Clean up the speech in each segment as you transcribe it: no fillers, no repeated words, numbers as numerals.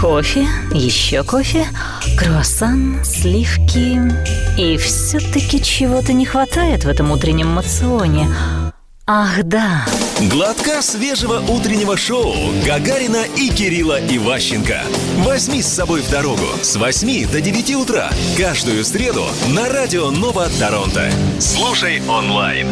Кофе, еще кофе, круассан, сливки. И все-таки чего-то не хватает в этом утреннем моционе. Ах, да. Глотка свежего утреннего шоу Гагарина и Кирилла Иващенко. Возьми с собой в дорогу с 8 до 9 утра. Каждую среду на радио Нова Торонто. Слушай онлайн.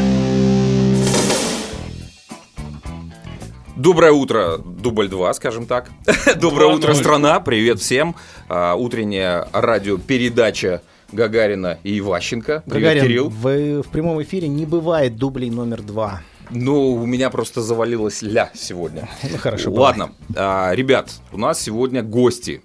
Доброе утро, дубль 2, скажем так. Доброе утро, страна, привет всем. Утренняя радиопередача Гагарина и Иващенко. Привет, Гагарин, Кирилл. в прямом эфире не бывает дублей номер 2. Ну, у меня просто завалилось ля сегодня. Ну, хорошо. Ладно, ребят, у нас сегодня гости.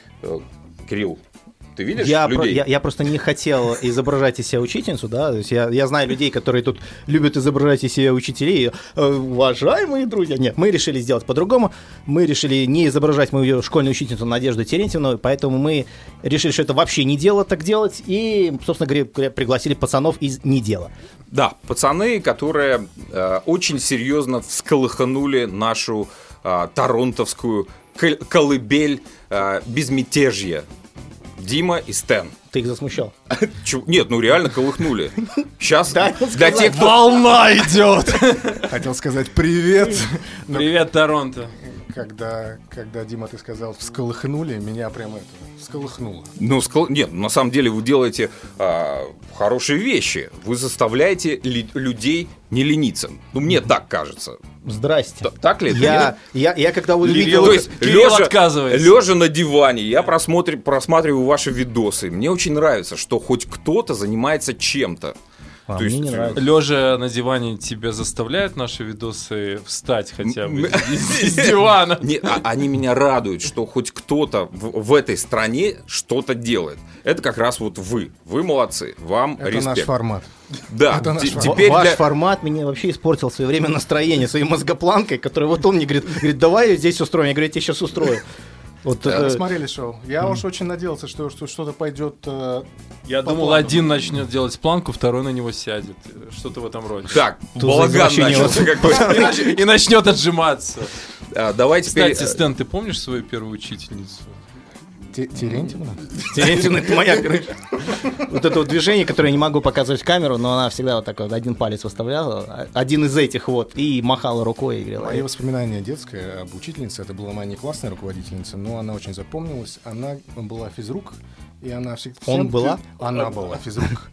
Кирилл, ты видишь людей? Я просто не хотел изображать из себя учительницу, да, то есть я знаю людей, которые тут любят изображать из себя учителей. Уважаемые друзья, нет, мы решили сделать по-другому. Мы решили не изображать мою школьную учительницу Надежду Терентьевну, поэтому мы решили, что это вообще не дело так делать, и, собственно говоря, пригласили пацанов из «Не дело». Да, пацаны, которые очень серьезно всколыханули нашу торонтовскую колыбель безмятежья. Дима и Стэн. Ты их засмущал? Нет, ну реально колыхнули. Сейчас для тех, кто... Волна идет! Хотел сказать привет. Привет, Торонто. Когда Дима, ты сказал, всколыхнули, меня прямо это всколыхнуло. Ну, нет, на самом деле вы делаете хорошие вещи. Вы заставляете людей не лениться. Ну, мне так кажется. Здрасте. Так ли это? Я когда увидел... То есть, Кирилл отказывается. лежа на диване, я просматриваю ваши видосы. Мне очень нравится, что хоть кто-то занимается чем-то. Мне не нравится. Лежа на диване тебя заставляют наши видосы встать хотя бы из дивана? Нет, они меня радуют, что хоть кто-то в этой стране что-то делает. Это как раз вот вы. Вы молодцы. Вам это респект. наш формат. Да, Теперь ваш формат мне вообще испортил в свое время настроение своей мозгопланкой, которой вот он мне говорит, давай здесь устроим. Я говорю, я тебе сейчас устрою. Вот смотрели шоу. Я уж очень надеялся, что что-то пойдет. Я думал, один начнет делать планку, второй на него сядет. Что-то в этом роде. Так, балаган начался какой-то. И начнет отжиматься. Давай теперь... Кстати, Стэн, ты помнишь свою первую учительницу? Терентьевна? Терентьевна, это моя крыша. Вот это вот движение, которое я не могу показывать в камеру, но она всегда вот так вот один палец выставляла, один из этих вот, и махала рукой и говорила. Мои воспоминания детское об учительнице, это была моя не классная руководительница, но она очень запомнилась. Она была физрук, и она всегда... Она была физрук.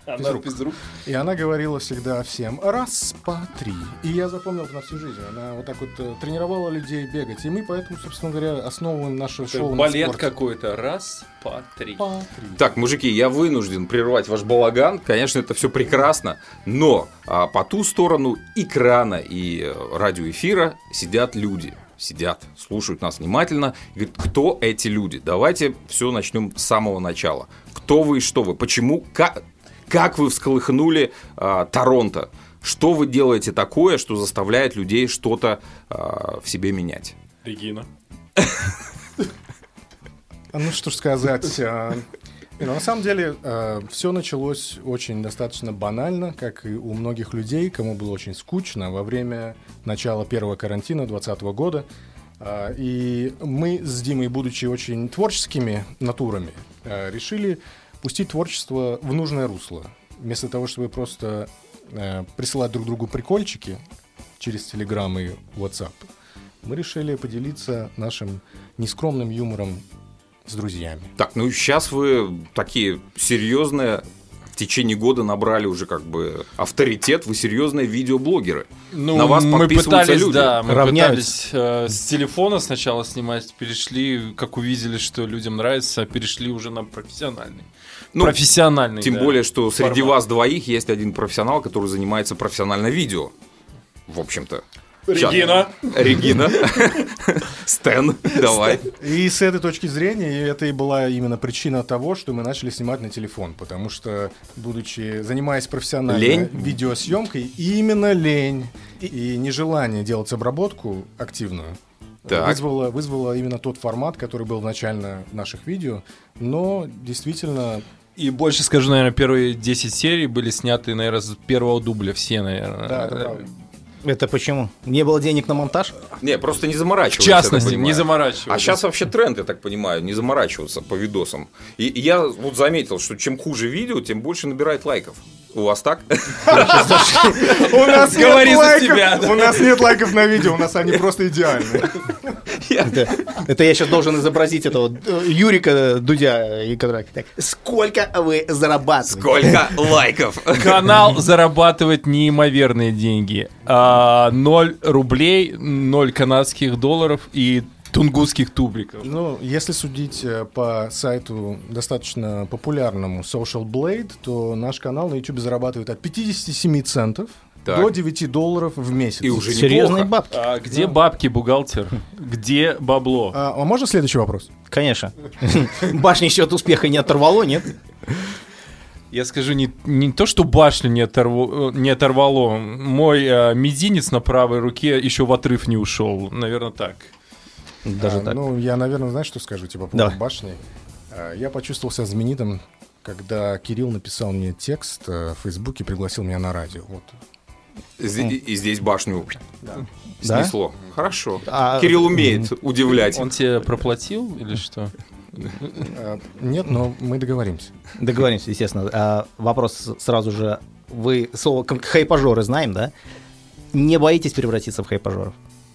И она говорила всегда всем раз, два, три. И я запомнил это на всю жизнь. Она вот так вот тренировала людей бегать. И мы поэтому, собственно говоря, основываем наше шоу на балет спорте. какой-то. Раз, два, три. Так, мужики, я вынужден прервать ваш балаган. Конечно, это все прекрасно, но по ту сторону экрана и радиоэфира сидят люди. Сидят, слушают нас внимательно и говорят, кто эти люди? Давайте все начнем с самого начала. Кто вы и что вы? Почему? Как вы всколыхнули Торонто? Что вы делаете такое, что заставляет людей что-то в себе менять? Регина. Ну, что ж сказать. На самом деле, все началось очень достаточно банально, как и у многих людей, кому было очень скучно во время начала первого карантина 2020 года. И мы с Димой, будучи очень творческими натурами, решили пустить творчество в нужное русло. Вместо того, чтобы просто присылать друг другу прикольчики через Telegram и WhatsApp, мы решили поделиться нашим нескромным юмором с друзьями. Так, ну сейчас вы такие серьезные, в течение года набрали уже как бы авторитет, вы серьезные видеоблогеры. Ну, на вас подписываются люди. Да, мы равняются. пытались с телефона сначала снимать, перешли, как увидели, что людям нравится, перешли уже на профессиональный. Профессиональный, тем более, что среди формат. вас двоих есть один профессионал, который занимается профессионально видео. В общем-то. Регина. Стэн, давай. И с этой точки зрения это и была именно причина того, что мы начали снимать на телефон. Потому что, занимаясь профессиональной видеосъемкой, именно лень и нежелание делать обработку активную вызвало именно тот формат, который был изначально в наших видео. Но действительно... И больше скажу, наверное, первые 10 серий были сняты, наверное, с первого дубля. Все, наверное. Да, это правда. Это почему? Не было денег на монтаж? Не, просто не В заморачиваться. частности, не заморачиваться. А сейчас вообще тренд, я так понимаю, не заморачиваться по видосам. И я вот заметил, что чем хуже видео, тем больше набирает лайков. У вас так? У нас Говори нет за лайков. себя, да. У нас нет лайков на видео, у нас они просто идеальны. Это я сейчас должен изобразить этого Юрика Дудя. И который так, сколько вы зарабатываете? Сколько лайков? Канал зарабатывает неимоверные деньги. 0 рублей, 0 канадских долларов и тунгусских тубриков. Ну, если судить по сайту достаточно популярному Social Blade, то наш канал на YouTube зарабатывает от 57 центов Так. до $9 в месяц. И уже Серьезные неплохо. бабки. Где бабки, бухгалтер? Где бабло? А можно следующий вопрос? Конечно. Башни еще от успеха не оторвало, нет? Я скажу, не то, что башню не оторвало. Мой мизинец на правой руке еще в отрыв не ушел. Наверное, так. Даже так. Ну, я, наверное, знаешь, что скажу, типа, по поводу Давай. башни. Я почувствовал себя знаменитым, когда Кирилл написал мне текст в Фейсбуке и пригласил меня на радио. Вот. И здесь башню Да? снесло. Хорошо. А- Кирилл умеет удивлять. Он тебе проплатил или что? Нет, но мы договоримся. Договоримся, естественно. Вопрос сразу же. Вы слово хайпажоры знаем, да? Не боитесь превратиться в хайпажоров?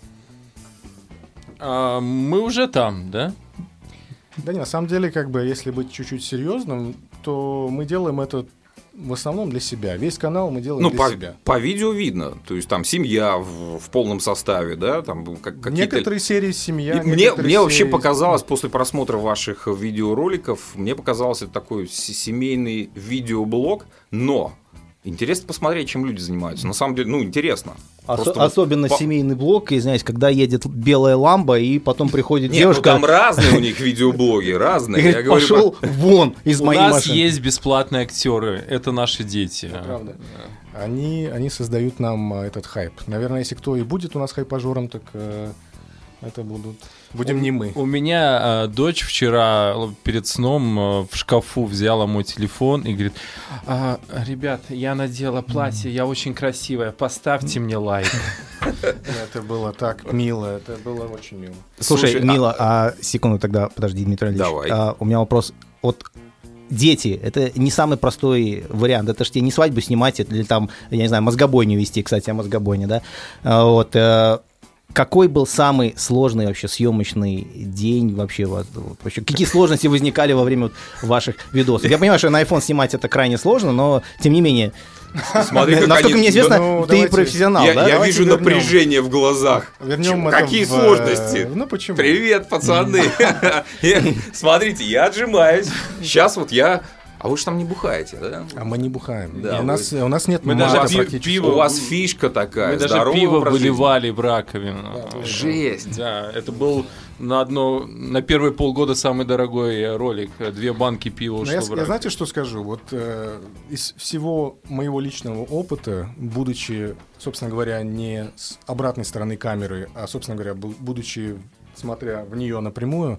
Мы уже там, да? Да не, на самом деле, как бы, если быть чуть-чуть серьезным, то мы делаем это в основном для себя. Весь канал мы делаем Ну, для по, себя. по видео видно. То есть там семья в полном составе, да, там какие-то... Некоторые серии семья. И мне некоторые вообще серии- показалось, после просмотра ваших видеороликов, мне показалось, это такой семейный видеоблог, но интересно посмотреть, чем люди занимаются. На самом деле, ну, интересно. Просто вот Особенно по- семейный блог, извиняюсь, когда едет белая ламба, и потом приходит Нет, девушка ну, там разные у них видеоблоги, и разные. говорит, Я говорю, пошел вон из У моей нас машины. есть бесплатные актеры. Это наши дети. Правда. Они создают нам этот хайп. Наверное, если кто и будет у нас хайпажором, так это будем не мы. У меня дочь вчера перед сном в шкафу взяла мой телефон и говорит: ребят, я надела платье, я очень красивая, поставьте мне лайк. Это было так мило, это было очень мило. Слушай, Слушай, Мила, секунду тогда, подожди, Дмитрий Андреевич. Давай. У меня вопрос. Вот дети, это не самый простой вариант. Это ж тебе не свадьбу снимать, или там, я не знаю, мозгобойню вести, кстати, о мозгобойне, да? Вот. Какой был самый сложный вообще съемочный день вообще? Вообще, какие сложности возникали во время ваших видосов? Я понимаю, что на iPhone снимать это крайне сложно, но тем не менее. смотри, как Насколько они- мне известно, ну, ты давайте- профессионал, Я, да? я Давайте вижу вернем. напряжение в глазах. Вернем это Какие в, сложности? Ну почему? Привет, пацаны. Смотрите, я отжимаюсь. Сейчас вот я... А вы же там не бухаете, да? А мы не бухаем. Да, у нас нет Мы мата даже практически. пиво- У вас фишка такая, Мы даже здоровый пиво образ жизни. выливали в раковину. Жесть. Да, это был на первые полгода самый дорогой ролик. 2 банки пива Но ушло я, в раковину. знаете, что скажу? Вот из всего моего личного опыта, будучи, собственно говоря, не с обратной стороны камеры, а, собственно говоря, будучи, смотря в нее напрямую,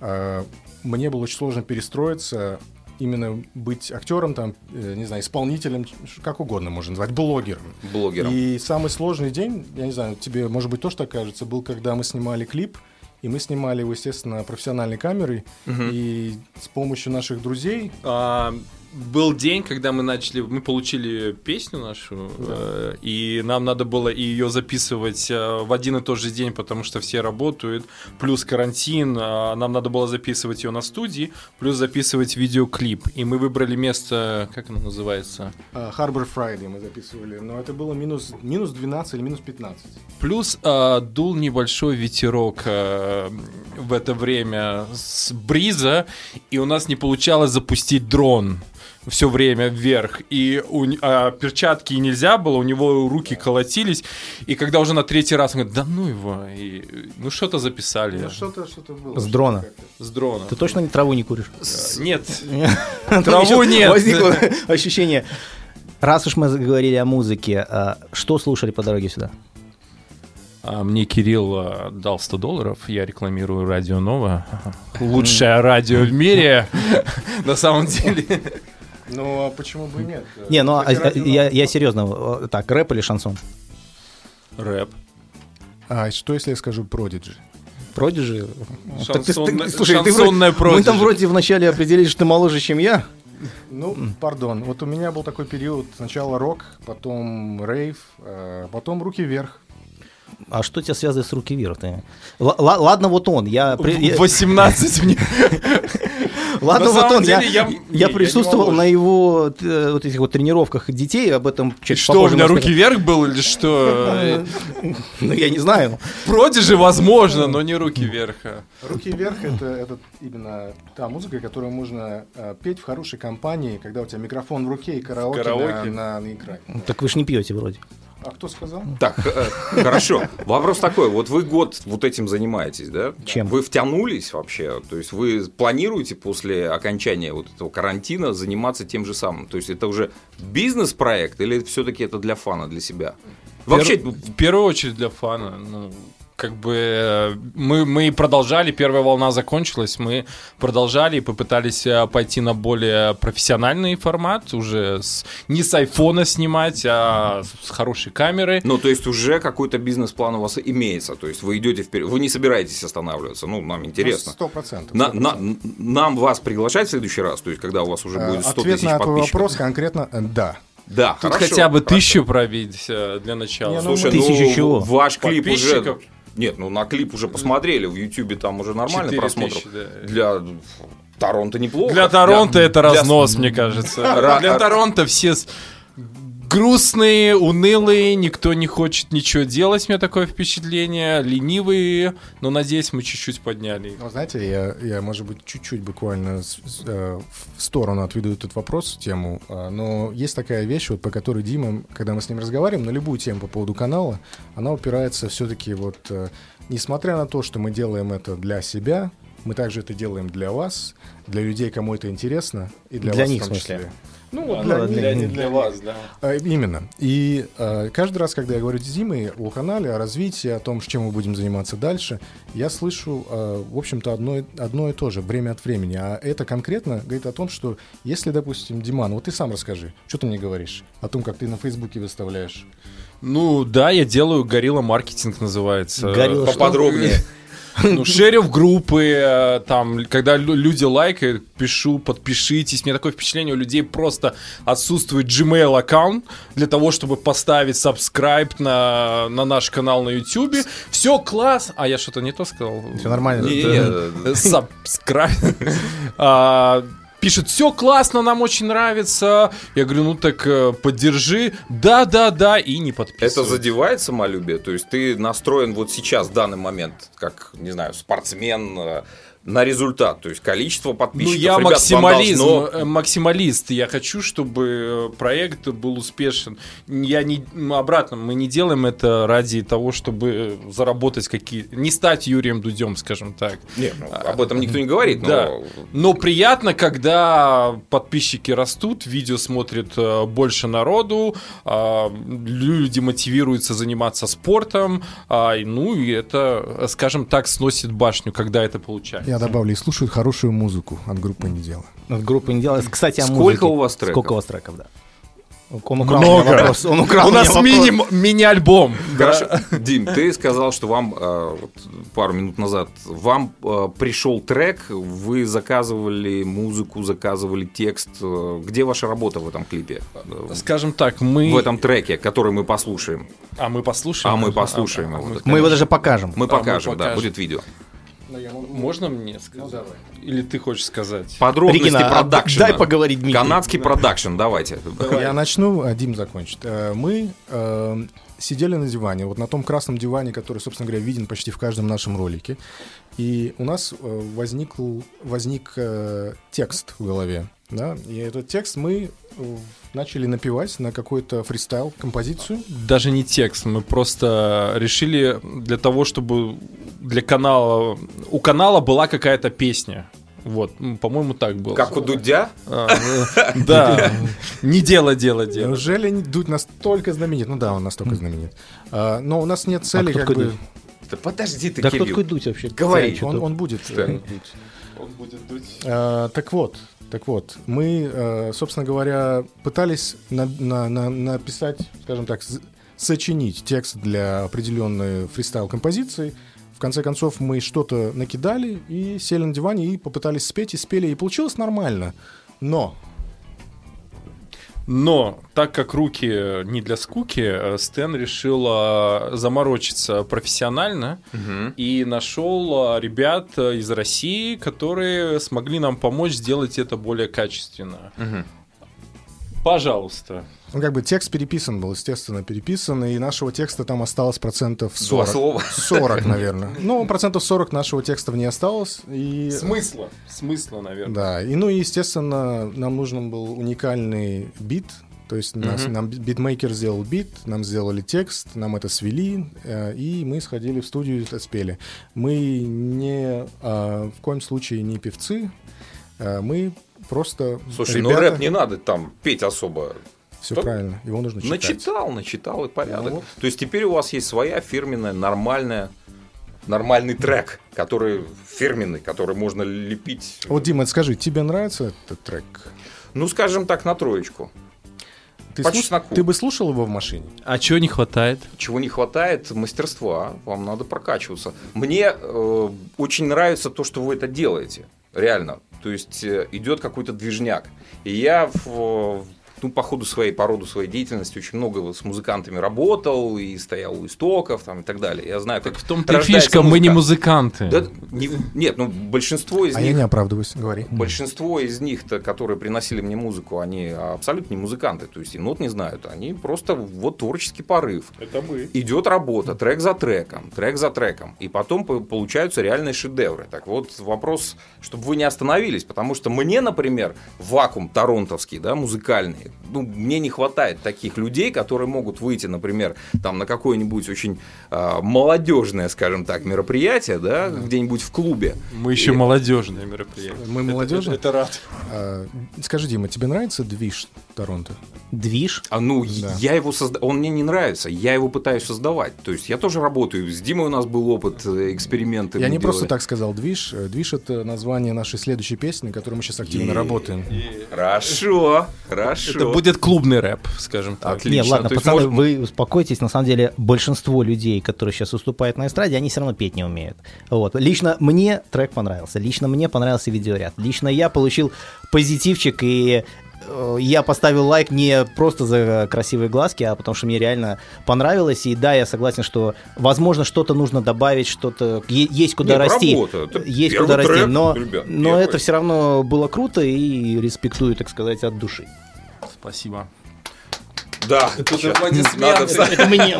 мне было очень сложно перестроиться, именно быть актером, там, не знаю, исполнителем, как угодно можно назвать, блогером. Блогером. И самый сложный день, я не знаю, тебе, может быть, тоже так кажется, был, когда мы снимали клип, и мы снимали его, естественно, профессиональной камерой, и с помощью наших друзей. Был день, когда мы получили песню нашу, и нам надо было ее записывать в один и тот же день, потому что все работают, плюс карантин, нам надо было записывать ее на студии, плюс записывать видеоклип. И мы выбрали место, как оно называется? Harbor Friday мы записывали, но это было минус 12 или минус 15. Плюс дул небольшой ветерок в это время с бриза, и у нас не получалось запустить дрон все время вверх, и перчатки нельзя было, у него руки колотились, и когда уже на 3-й раз он говорит: да ну его, и, ну что-то записали Ну, что-то было. С дрона. с дрона. Ты точно траву не куришь? Нет, Тут Траву ещё нет. Возникло ощущение. Раз уж мы заговорили о музыке, что слушали по дороге сюда? мне Кирилл дал $100, я рекламирую Радио Нова, лучшее радио в мире, на самом деле. Ну, а почему бы и нет? Не, ну Кстати, радио я серьезно, так, рэп или шансон? Рэп. А что, если я скажу Prodigy? Продиджи? Шансонная Prodigy. Мы там вроде вначале определили, что ты моложе, чем я. Ну, пардон, вот у меня был такой период, сначала рок, потом рейв, потом руки вверх. А что тебя связывает с руки вверх? Ладно, вот он. 18 мне. Ладно, На вот самом он. деле, Я не присутствовал могу. на его вот этих вот тренировках детей, об этом чуть Что, у попозже меня можно руки вверх был или что? Ну, я не знаю. Продиджи возможно, но не руки вверх. Руки вверх это именно та музыка, которую можно петь в хорошей компании, когда у тебя микрофон в руке и караоке, Караоке. на экране. Так вы ж не пьете вроде. А кто сказал? Так, хорошо. Вопрос такой. Вот вы год вот этим занимаетесь, да? Чем? Вы втянулись вообще? То есть вы планируете после окончания вот этого карантина заниматься тем же самым? То есть это уже бизнес-проект или все-таки это для фана, для себя? Вообще, В первую очередь для фана. Ну, как бы мы и продолжали, первая волна закончилась, мы продолжали и попытались пойти на более профессиональный формат, уже не с айфона снимать, а с хорошей камерой. ну, то есть уже какой-то бизнес-план у вас имеется, то есть вы идете вперед, вы не собираетесь останавливаться, ну, нам интересно. 100%. Нам вас приглашать в следующий раз, то есть когда у вас уже будет 100 Ответ тысяч на твой подписчиков? вопрос конкретно да. Да, Тут хорошо, хотя бы хорошо. 1000 пробить для начала. Не, ну, Слушай, Тысячу чего? ваш клип уже... Подписчиков? Нет, ну на клип уже посмотрели, в Ютубе там уже нормально 4000, просмотров. да. Для Торонто неплохо. Для Торонто это для- разнос, мне кажется. Ра- Для Торонто все грустные, унылые, никто не хочет ничего делать, у меня такое впечатление, ленивые, но надеюсь, мы чуть-чуть подняли их. Ну, знаете, я, может быть, чуть-чуть буквально в сторону отведу этот вопрос, тему, но есть такая вещь, вот, по которой Дима, когда мы с ним разговариваем, на любую тему по поводу канала, она упирается все-таки вот, несмотря на то, что мы делаем это для себя, мы также это делаем для вас, для людей, кому это интересно, и для Для вас них, в том в смысле? числе. Ну, вот Для вас, да. Именно. И каждый раз, когда я говорю с Димой о канале, о развитии, о том, чем мы будем заниматься дальше, я слышу, в общем-то, одно и то же, время от времени. А это конкретно говорит о том, что если, допустим, Диман, вот ты сам расскажи, что ты мне говоришь о том, как ты на Фейсбуке выставляешь. Ну да, я делаю горилла маркетинг называется. Горилла что? Поподробнее. Ну, шерю в группы, там, когда люди лайкают, пишу, подпишитесь. Мне такое впечатление, у людей просто отсутствует Gmail аккаунт для того, чтобы поставить subscribe на наш канал на YouTube. Все класс. А я что-то не то сказал? Все нормально. Subscribe. Пишет, все классно, нам очень нравится. Я говорю, ну так поддержи. Да, и не подписывай. Это задевает самолюбие? То есть ты настроен вот сейчас, в данный момент, как, не знаю, спортсмен на результат, то есть количество Ну, подписчиков. я Ребят, вам должно- максималист. Я хочу, чтобы проект был успешен. Обратно, мы не делаем это ради того, чтобы заработать не стать Юрием Дудем, скажем так. Нет, ну, об этом никто не говорит, но... Да. Но приятно, когда подписчики растут, видео смотрит больше народу, люди мотивируются заниматься спортом, ну и это, скажем так, сносит башню, когда это получается. Я добавлю, и слушают хорошую музыку от группы «Не дело». От группы не делает. Кстати, о Сколько музыке. у вас треков? Сколько у вас треков, да. Он украл у меня вопрос. Он украл У у меня нас вопрос. мини-альбом. Хорошо. Дим, ты сказал, что вам вот пару минут назад вам пришел трек, вы заказывали музыку, заказывали текст. Где ваша работа в этом клипе? Скажем так, мы... В этом треке, который мы послушаем. Мы послушаем? Мы послушаем его. Мы его даже покажем. Мы покажем, да, покажем. будет видео. Можно мне сказать? Или ты хочешь сказать? Подробности Регина, продакшена. дай поговорить, Дмитрий. Канадский продакшн, давайте. Я начну, а Дим закончит. Мы сидели на диване, вот на том красном диване, который, собственно говоря, виден почти в каждом нашем ролике. И у нас возник текст в голове. Да? И этот текст мы начали напевать на какой-то фристайл, композицию. Даже не текст, мы просто решили для того, чтобы для канала... У канала была какая-то песня. Вот, по-моему, так было. Как у Дудя? Да. Не дело. Неужели Дудь настолько знаменит? Ну да, он настолько знаменит. Но у нас нет цели кто как такой бы... Дудь? Да подожди ты, Да кто Кирилл. такой Дудь вообще? Говори. Он будет. Он будет дуть. Так вот, мы, собственно говоря, пытались написать, скажем так, сочинить текст для определенной фристайл-композиции. В конце концов, мы что-то накидали и сели на диване и попытались спеть, и спели, и получилось нормально. Но, так как руки не для скуки, Стэн решил заморочиться профессионально и нашел ребят из России, которые смогли нам помочь сделать это более качественно. Пожалуйста. ну, как бы текст переписан был, естественно, переписан, и нашего текста там осталось процентов 40. 2 слова. 40, наверное. Ну, процентов 40 нашего текста не осталось. И... Смысла, наверное. Да, и, ну, и, естественно, нам нужен был уникальный бит. То есть нам битмейкер сделал бит, нам сделали текст, нам это свели, и мы сходили в студию и это спели. Мы не в коем случае не певцы, мы просто Слушай, ребята... ну рэп не надо там петь особо. Все То- правильно, его нужно читать. Начитал и порядок. Ну вот. То есть теперь у вас есть своя фирменная, нормальный трек, который фирменный, который можно лепить, Вот, Дима, скажи, тебе нравится этот трек? ну, скажем так, на 3. Ты, По чесноку. ты бы слушал его в машине? А чего не хватает? Чего не хватает? Мастерства. Вам надо прокачиваться. Мне очень нравится то, что вы это делаете. Реально. То есть идет какой-то движняк. И я по ходу по роду своей деятельности очень много с музыкантами работал и стоял у истоков там, и так далее. Я знаю, как В том-то и рождается фишка, мы не музыка. музыканты. Да, нет, ну большинство из А я них... не оправдываюсь, говори. Большинство из них-то, которые приносили мне музыку, они абсолютно не музыканты, то есть и нот не знают, они просто вот творческий порыв. Это мы. Идет работа, трек за треком, и потом получаются реальные шедевры. Так вот, вопрос, чтобы вы не остановились, потому что мне, например, вакуум торонтовский, да, музыкальный, ну, мне не хватает таких людей, которые могут выйти, например, там, на какое-нибудь очень молодежное, скажем так, мероприятие, да, где-нибудь в клубе. Мы еще молодежное мероприятие. Мы молодежные? Это рад. Скажи, Дима, тебе нравится движ Торонто? Движ. Да. Я его он мне не нравится, я его пытаюсь создавать. То есть я тоже работаю. С Димой у нас был опыт, эксперименты. Я мы не просто делали. так сказал движ. Движ — это название нашей следующей песни, на которой мы сейчас активно работаем. Хорошо. Это будет клубный рэп, скажем так. Отлично. Не, ладно, То есть пацаны, можно- вы успокойтесь. На самом деле, большинство людей, которые сейчас выступают на эстраде, они все равно петь не умеют. Вот. Лично мне трек понравился. Лично мне понравился видеоряд. Лично я получил позитивчик, и я поставил лайк не просто за красивые глазки, а потому что мне реально понравилось. И да, я согласен, что, возможно, что-то нужно добавить, что-то есть куда Нет, расти. работа. Это Есть первый куда расти. трек, Но ребят, первый. это все равно было круто, и респектую, так сказать, от души. Спасибо. Да. Тут Сейчас. аплодисменты. Надо встать. Это мне.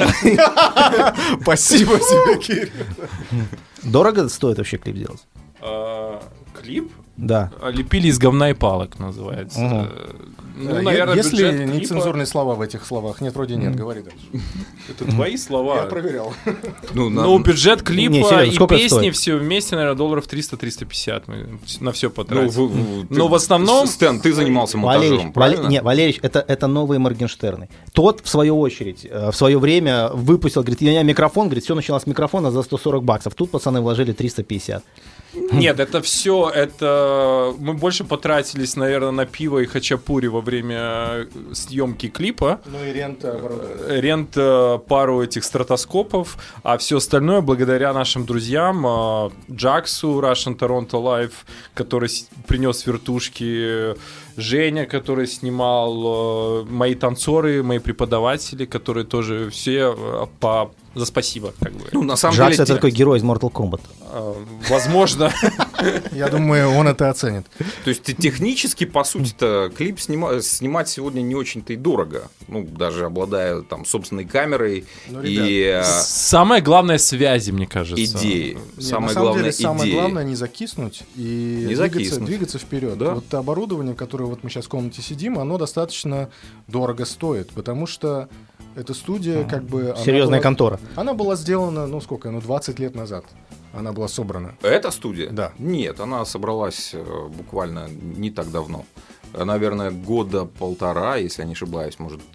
Спасибо тебе, Кирилл. Дорого стоит вообще клип делать? Клип? Да. Лепили из говна и палок, называется. Мгм. Ну, наверное, Если бюджет клипа- нецензурные слова в этих словах. Нет, вроде нет, говори дальше. Это твои слова. Я проверял. Ну, бюджет клипа Не, серьезно, и сколько это песни стоит? все вместе, наверное, долларов 300-350 мы на все Ну, потратили. ты- Но в основном... Стэн, ты занимался монтажом, правильно? Валерич, это новые Моргенштерны. Тот, в свою очередь, в свое время выпустил, говорит, у меня микрофон, говорит, все началось с микрофона за 140 баксов. Тут пацаны вложили 350. Нет, это все, это... Мы больше потратились, наверное, на пиво и хачапури во время съемки клипа. Ну и рента оборудования. Рент пару этих стратоскопов, а все остальное благодаря нашим друзьям Джаксу, Russian Toronto Live, который принес вертушки, Женя, который снимал, мои танцоры, мои преподаватели, которые тоже все за спасибо, как бы. Ну, на самом Джакс деле, это такой герой из Mortal Kombat. Возможно. Я думаю, он это оценит. то есть технически, по сути-то, клип снимать сегодня не очень-то и дорого. Ну, даже обладая там собственной камерой Ну, и Самое главное — связи, мне кажется. идеи. Нет, Самое на самом главное деле, самое идеи. главное не закиснуть и Не закиснуть. двигаться вперед. Да. Вот оборудование, которое вот мы сейчас в комнате сидим, оно достаточно дорого стоит, потому что эта студия как бы... она Серьезная была- контора. Она была сделана, 20 лет назад. Она была собрана. Эта студия? Да. Нет, она собралась буквально не так давно. Наверное, года полтора, если я не ошибаюсь, может,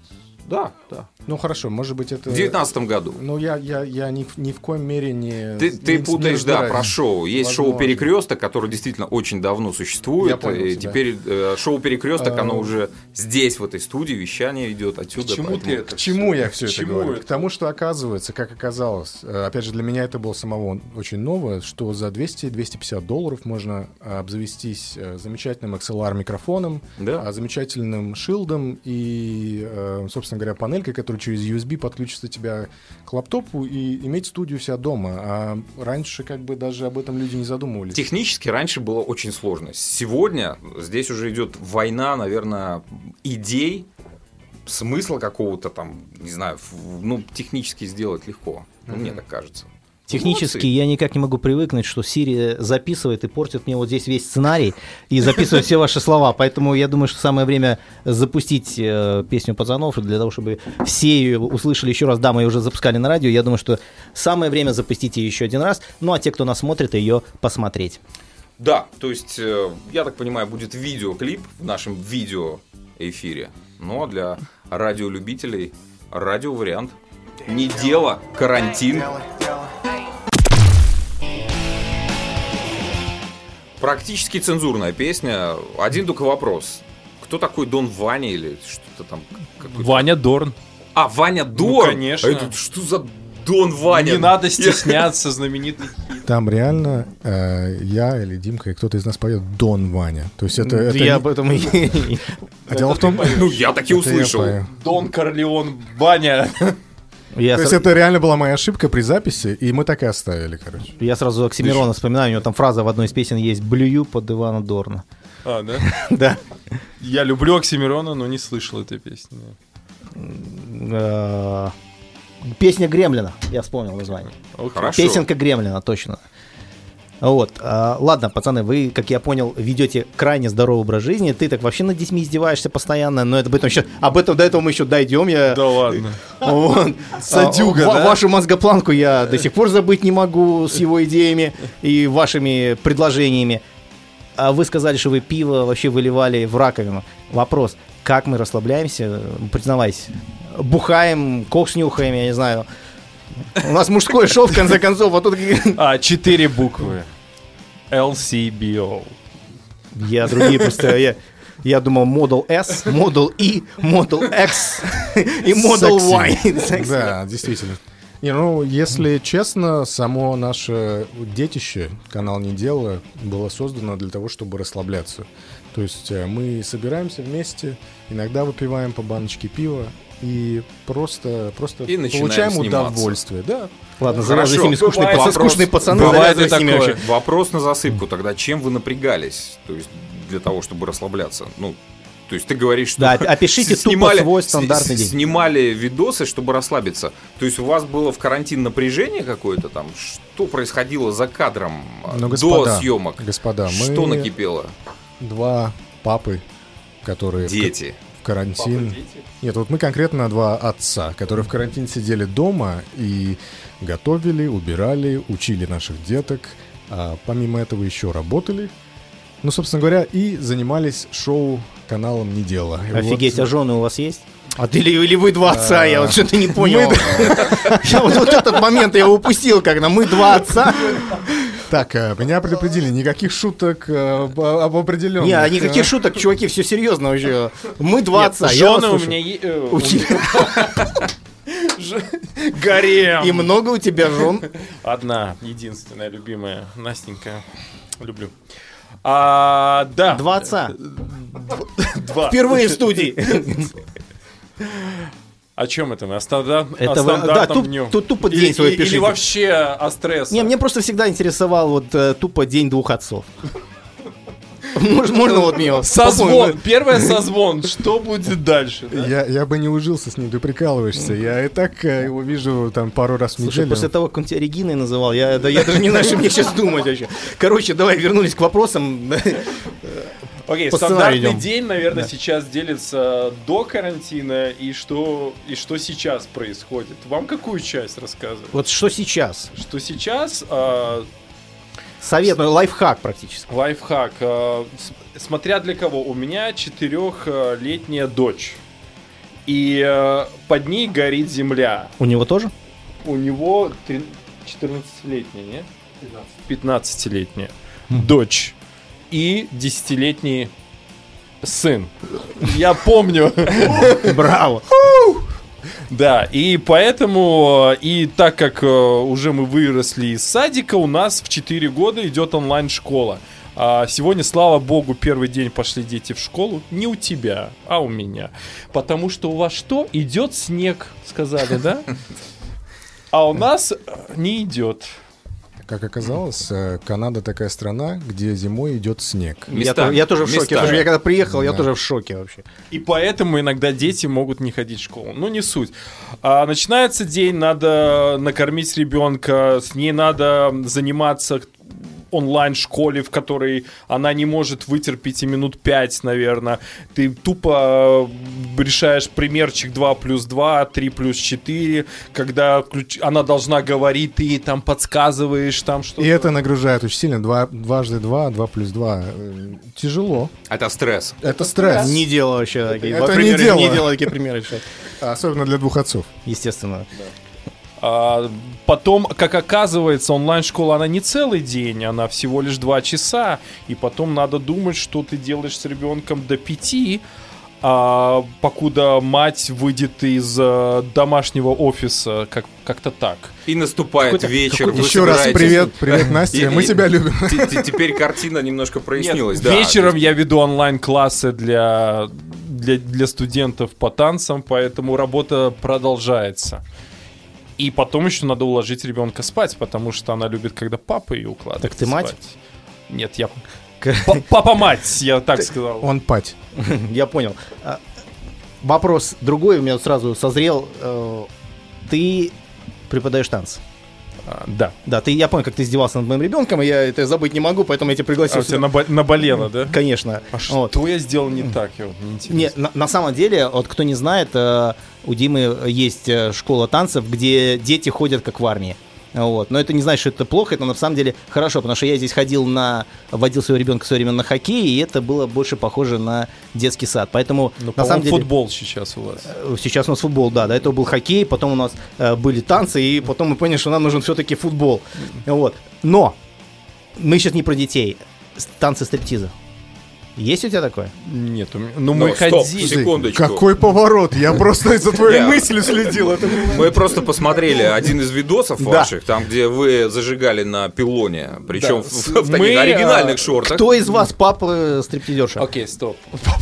Да. Ну хорошо, может быть это... В 19 году. Ну я ни в коем мере не... Ты путаешь, да, про шоу. Есть Возможно. шоу «Перекресток», которое действительно очень давно существует. Я понял И тебя. теперь шоу «Перекресток», оно уже здесь, в этой студии, вещание идет отсюда. К чему поэтому- ты это? К чему я все К это чему говорю? это? К тому, что оказывается, как оказалось, опять же, для меня это было самого очень новое, что за $200-250 можно обзавестись замечательным XLR-микрофоном, Да. замечательным шилдом и, собственно говоря, панелькой, которая через USB подключится тебя к лаптопу и иметь студию вся дома. А раньше как бы даже об этом люди не задумывались. Технически раньше было очень сложно. Сегодня здесь уже идет война, наверное, идей, смысла какого-то там, не знаю, технически сделать легко. Ну, мне так кажется. Технически Молодцы. я никак не могу привыкнуть, что Siri записывает и портит мне вот здесь весь сценарий и записывает все ваши слова. Поэтому я думаю, что самое время запустить песню пацанов для того, чтобы все ее услышали еще раз. Да, мы ее уже запускали на радио. Я думаю, что самое время запустить ее еще один раз. Ну, а те, кто нас смотрит, ее посмотреть. Да, то есть, я так понимаю, будет видеоклип в нашем видеоэфире. Но для радиолюбителей радиовариант. Не дело, карантин. Практически цензурная песня. Один только вопрос. Кто такой Дон Ваня или что-то там? какой-то- Ваня Дорн. А, Ваня Дорн? конечно. А это что за Дон Ваня? Не надо стесняться, знаменитый. Там реально я или Димка, и кто-то из нас поет Дон Ваня. То есть это Я не- об этом и... А дело в том... Ну, я так и Это я услышал. пою. Дон Корлеон Ваня. Я То есть это реально была моя ошибка при записи, и мы так и оставили, короче. Я сразу Оксимирона вспоминаю, у него там фраза в одной из песен есть «Блюю под Ивана Дорна». А, да? Да. Я люблю Оксимирона, но не слышал этой песни. Песня Гремлина, я вспомнил название. Хорошо. Песенка Гремлина, точно. Вот. Ладно, пацаны, вы, как я понял, ведете крайне здоровый образ жизни. Ты так вообще над детьми издеваешься постоянно, но это об этом до этого мы еще дойдем. Да ладно. Вот. Садюга, да? Вашу мозгопланку я до сих пор забыть не могу с его идеями и вашими предложениями. А вы сказали, что вы пиво вообще выливали в раковину. Вопрос, как мы расслабляемся? Признавайся. Бухаем, кокс нюхаем, я не знаю. У нас мужское шоу, в конце концов, а тут... 4 буквы. LCBO. Я другие просто... Я думал Model S, Model E, Model X и Model Y. Секси. Да, действительно. Не, ну, если честно, само наше детище, канал «Не дело», было создано для того, чтобы расслабляться. То есть мы собираемся вместе, иногда выпиваем по баночке пива и просто И начинаем получаем сниматься. удовольствие. Да. Ладно, Хорошо. завязывай с ними Бывает скучные вопрос. пацаны, Бывает завязывай и с ними такое. вообще. Вопрос на засыпку тогда. Чем вы напрягались? То есть для того, чтобы расслабляться? Ну, то есть ты говоришь, что... Да, опишите тупо свой стандартный день. Снимали видосы, чтобы расслабиться. То есть у вас было в карантин напряжение какое-то там? Что происходило за кадром Но, до господа, съемок? Господа, Что мы накипело? два папы, которые... Дети. В карантин. Нет, вот мы конкретно два отца, которые в карантин сидели дома и готовили, убирали, учили наших деток. А помимо этого еще работали. Ну, собственно говоря, и занимались шоу-каналом «Не дело». И Офигеть, вот- а жены у вас есть? Или вы два отца, я вот что-то не понял. Я вот этот момент я упустил, когда мы два отца. Так, меня предупредили, никаких шуток об определенных. Не, никаких шуток, чуваки, все серьезно вообще. Мы два отца. я вас Жены у слушаю. меня... Гарем. И много у тебя жен? Одна, единственная, любимая. Настенька. Люблю. Да. Два отца. Два. Впервые в студии. О чем это мы? О Это стандартном вы- да, дню? тут тупо день свой Или пишите. вообще о стрессе? Не, мне просто всегда интересовал вот тупо день двух отцов. Можно вот мне вот Созвон. спокойно. Первый созвон. Что будет дальше? да? Я бы не ужился с ним, ты прикалываешься. Я и так его вижу там пару раз в Слушай, неделю. после того, как он тебя Региной называл, я даже не знаю, что мне сейчас думать вообще. Короче, давай вернулись к вопросам. Окей, По сценарию стандартный идем. день, наверное, сейчас делится до карантина и что сейчас происходит. Вам какую часть рассказывать? Вот что сейчас? Что сейчас Совет, ну, лайфхак практически. лайфхак. Смотря для кого. У меня 4-летняя дочь. и под ней горит земля. У него тоже? У него 14-летняя, нет? 15-летняя дочь и 10-летний сын. Я помню. Браво. Да, и поэтому, и так как уже мы выросли из садика, у нас в 4 года идет онлайн-школа. А сегодня, слава богу, первый день пошли дети в школу. Не у тебя, а у меня. Потому что у вас что? Идет снег, сказали, да? А у нас не идет. Как оказалось, Канада такая страна, где зимой идет снег. Я тоже в шоке. Потому что я когда приехал, я тоже в шоке вообще. И поэтому иногда дети могут не ходить в школу. Ну, не суть. Начинается день, надо накормить ребенка, с ней надо заниматься онлайн-школе, в которой она не может вытерпеть и минут 5, наверное. Ты тупо решаешь примерчик 2+2, 3+4, когда она должна говорить, ты ей там подсказываешь, там что-то. И это нагружает очень сильно. 2×2, 2+2. Тяжело. Это стресс. Это стресс. Не дело вообще такие Это примеры. не дело. Не дело такие примеры. Особенно для двух отцов. Естественно. Потом, как оказывается, онлайн-школа, она не целый день, она всего лишь 2 часа. И потом надо думать, что ты делаешь с ребенком до 5, покуда мать выйдет из домашнего офиса, как-то так. И наступает вечер. вы Еще раз собираетесь- привет, Настя, мы тебя любим. Теперь картина немножко прояснилась. Нет, да. вечером я веду онлайн-классы для студентов по танцам, поэтому работа продолжается. И потом еще надо уложить ребенка спать, потому что она любит, когда папа ее укладывает. Так ты мать? спать. Нет, я папа-мать, я так сказал. Он пать. Я понял. Вопрос другой у меня сразу созрел. Ты преподаешь танцы? Да. Да, я понял, как ты издевался над моим ребенком, и я это забыть не могу, поэтому я тебя пригласил. А у тебя наболело, да? Конечно. А что я сделал не так? Мне интересно. Не, на самом деле, вот кто не знает, у Димы есть школа танцев, где дети ходят как в армии. Вот. Но это не значит, что это плохо, это на самом деле хорошо, потому что я здесь водил своего ребенка в свое время на хоккей, и это было больше похоже на детский сад. Поэтому, на самом деле... футбол сейчас у вас. Сейчас у нас футбол, да, до этого был хоккей, потом у нас были танцы, и потом мы поняли, что нам нужен все-таки футбол. Вот. Но мы сейчас не про детей. Танцы стриптиза. Есть у тебя такое? Нет, мы стоп, ходили. секундочку. Какой поворот! Я просто за твоей мыслью следил. Мы просто посмотрели один из видосов ваших, там, где вы зажигали на пилоне, причем в таких оригинальных шортах. Кто из вас папа стриптизерша? Окей, стоп.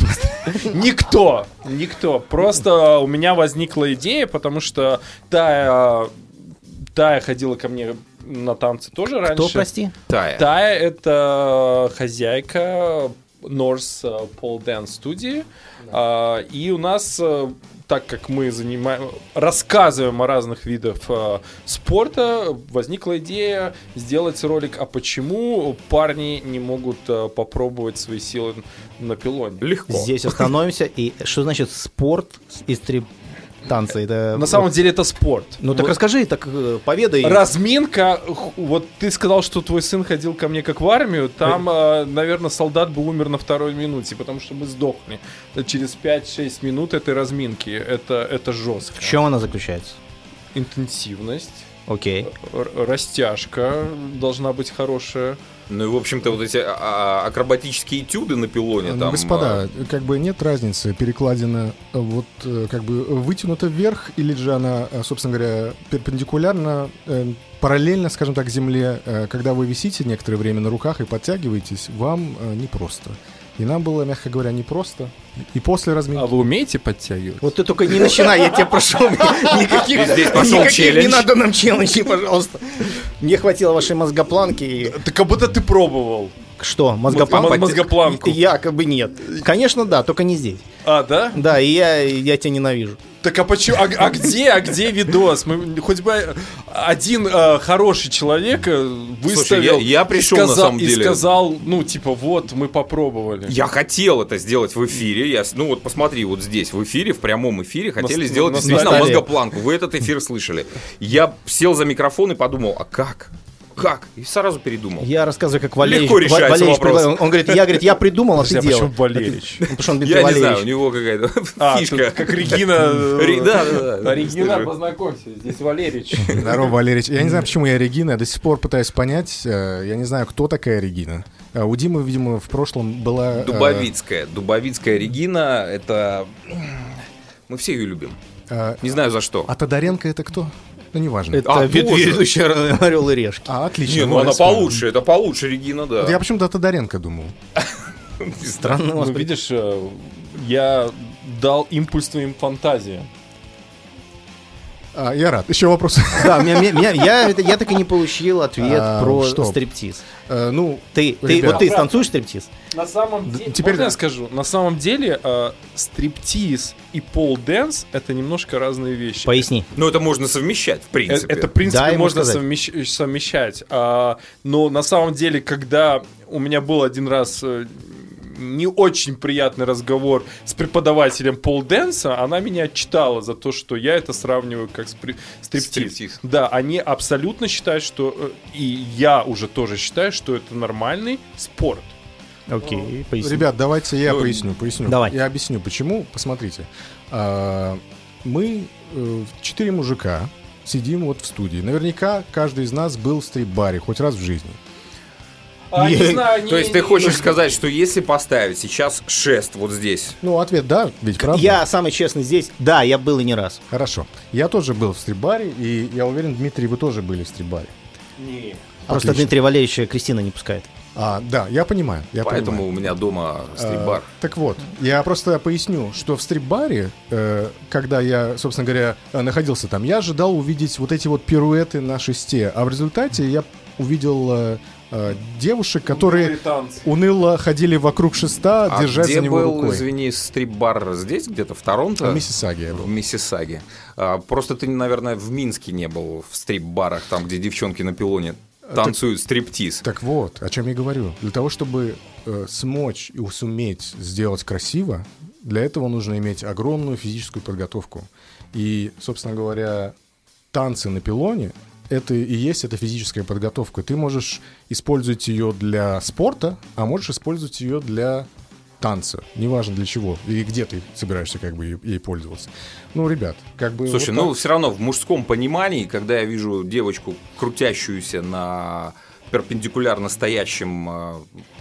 Никто. Просто у меня возникла идея, потому что Тая ходила ко мне на танцы тоже раньше. Кто, прости? Тая. — это хозяйка North Pole Dance студии. И у нас, так как мы рассказываем о разных видах спорта, возникла идея сделать ролик, а почему парни не могут попробовать свои силы на пилоне. Легко. Здесь остановимся. И что значит спорт и танцы? Это... На самом деле это спорт. Ну так расскажи, так поведай. Разминка. Вот ты сказал, что твой сын ходил ко мне как в армию. Там, наверное, солдат бы умер на 2-й минуте, потому что мы сдохли через 5-6 минут этой разминки. Это жестко. В чем она заключается? Интенсивность. Окей. Растяжка должна быть хорошая. Ну и, в общем-то, вот эти акробатические этюды на пилоне. Ну, там, господа, как бы нет разницы, перекладина вот как бы вытянута вверх, или же она, собственно говоря, перпендикулярно, параллельно, скажем так, земле. Когда вы висите некоторое время на руках и подтягиваетесь, вам непросто. И нам было, мягко говоря, непросто. И после разминки... А вы умеете подтягивать? Вот ты только не начинай, я тебя прошу. Никаких не надо нам челленджей, пожалуйста. Мне хватило вашей мозгопланки. Так как будто ты пробовал. Что, мозгопланку? Мозгопланку. Якобы нет. Конечно, да, только не здесь. Да? Да, и я тебя ненавижу. Так а почему? А где видос? Хоть бы один хороший человек выставил. Слушай, я пришел на самом деле. И сказал, вот, мы попробовали. Я хотел это сделать в эфире. Вот посмотри, вот здесь в эфире, в прямом эфире хотели сделать действительно столе. мозгопланку. Вы этот эфир слышали. Я сел за микрофон и подумал, а как? Как? И сразу передумал. Я рассказываю, как Валерич. Легко решается Валерич вопрос. он говорит, я придумал, а ты Подожди, а делал. почему Валерич? Потому что он Дмитрий Я не Валерьевич. знаю, у него какая-то фишка. Как Регина. Да. Регина, познакомься, здесь Валерич. Здорово, Валерич. Я не знаю, почему я Регина. Я до сих пор пытаюсь понять. Я не знаю, кто такая Регина. У Димы, видимо, в прошлом была... Дубовицкая. Дубовицкая Регина, это... Мы все ее любим. Не знаю за что. А Тодоренко это кто? Ну, неважно. Это тоже. ведущий «Орел и решки». Отлично. Не, ну я она вспомнил. получше, это получше Регина, да. Вот я почему-то Тодоренко думал. Странно у вас. Ну, видишь, я дал импульс твоим фантазиям. Я рад. Еще вопрос. Да, я так и не получил ответ про что? стриптиз. Ну, Ты ребят. станцуешь стриптиз? На самом деле, теперь можно да. я скажу? На самом деле, стриптиз и пол-дэнс — это немножко разные вещи. Поясни. Ну это можно совмещать, в принципе. Это, в принципе, Да, ему можно сказать. совмещать. Но на самом деле, когда у меня был один раз не очень приятный разговор с преподавателем пол-дэнса, она меня отчитала за то, что я это сравниваю как стриптиз. Стриптиз. Да, они абсолютно считают, что... И я уже тоже считаю, что это нормальный спорт. Окей, поясни. ребят, давайте я Ну, поясню. давай. Я объясню, почему. Посмотрите. Мы 4 мужика сидим вот в студии. Наверняка каждый из нас был в стрип-баре хоть раз в жизни. Не знаю, То есть ты хочешь сказать, что если поставить сейчас шест вот здесь, Ну, ответ да, ведь правда? Я самый честный здесь. Да, я был и не раз. Хорошо. Я тоже был в стрип-баре, и я уверен, Дмитрий, вы тоже были в стрип-баре. Просто Отлично. Дмитрия Валерьевича Кристина не пускает. Да, я понимаю. поэтому у меня дома стрип-бар. Так вот, я просто поясню, что в стрип-баре, когда я, собственно говоря, находился там, я ожидал увидеть вот эти вот пируэты на шесте, а в результате я увидел девушек, которые уныло ходили вокруг шеста, А держась где за него был, рукой. извини, стрип-бар здесь, где-то в Торонто? В Миссисаге я был. В Миссисаге. Просто ты, наверное, в Минске не был в стрип-барах, там, где девчонки на пилоне танцуют стриптиз. Так вот, о чем я говорю. Для того, чтобы смочь и суметь сделать красиво, для этого нужно иметь огромную физическую подготовку. И, собственно говоря, танцы на пилоне — это и есть эта физическая подготовка. Ты можешь использовать ее для спорта, а можешь использовать ее для танца. Неважно для чего и где ты собираешься как бы ей пользоваться. Ну, ребят, как бы... Слушай, вот ну так. все равно в мужском понимании, когда я вижу девочку, крутящуюся на перпендикулярно стоящем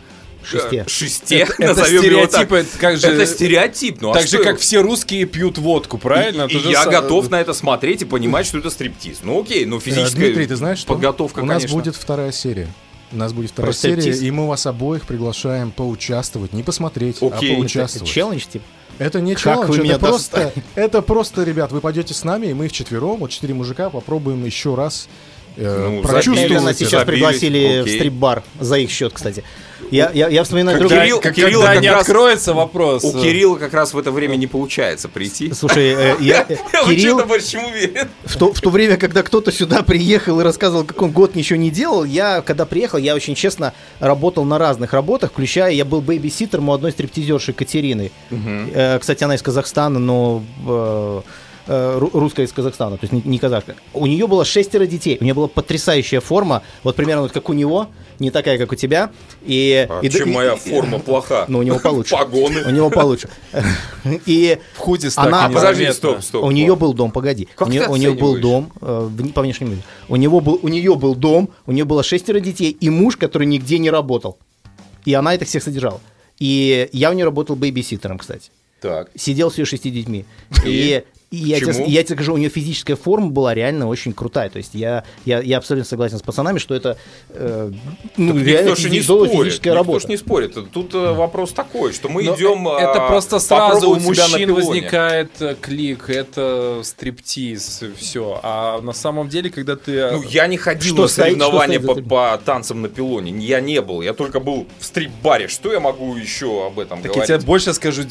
шесте, Это назовем его так. стереотипы, как же... Это стереотип, ну а Так что же, его- как все русские пьют водку, правильно? И То же я са- готов на это смотреть и понимать, что это стриптиз. Ну окей, ну физическая Дмитрий, ты знаешь, что? подготовка, У нас конечно. будет вторая серия. У нас будет вторая Про стриптиз? серия, и мы вас обоих приглашаем поучаствовать. Не посмотреть, Окей. а поучаствовать. Челлендж, типа? Это не Как челлендж, вы меня это просто, ребят, вы пойдете с нами, и мы вчетвером, вот 4 мужика, попробуем еще раз Ну, прочувствовать. Наверное, Забились, сейчас пригласили в окей. стрип-бар за их счет, кстати. Я вспоминаю другой... Кирилл- у Кирилла Когда как не раз- откроется вопрос... У Кирилла как раз в это время не получается прийти. Слушай, Я Кирилл, почему-то больше чем уверен. в то время, когда кто-то сюда приехал и рассказывал, как он год ничего не делал, когда приехал, я очень честно работал на разных работах, включая, я был бэйби-ситером у одной стриптизерши Катерины. Кстати, она из Казахстана, но русская из Казахстана, то есть не казахка. У нее было 6 детей, у нее была потрясающая форма, вот примерно вот как у него, не такая, как у тебя. Чем моя форма плоха? Ну, у него получше. Погоны. У него получше. И В худи Она- Подожди, стоп. у нее был дом, погоди. Как у ты нее был оцениваешь? дом, по внешнему виду. У нее был дом, у нее было 6 детей и муж, который нигде не работал. И она этих всех содержала. И я у нее работал бэйби-ситером, кстати. Так. Сидел с ее 6 детьми. И я Чему? тебе скажу, у нее физическая форма была реально очень крутая. То есть я абсолютно согласен с пацанами, что это реально Никто же не тяжелая спорит. физическая Никто работа. ж не спорит. Тут вопрос такой, что мы Но идем. это просто сразу у попробовать себя на мужчин пилоне. возникает клик, это стриптиз, все. А на самом деле, когда ты... Ну, я не ходил Что на стоит- соревнования что стоит за по танцам на пилоне. Я не был. Я только был в стрип-баре. Что я могу еще об этом Так говорить? я тебе больше скажу,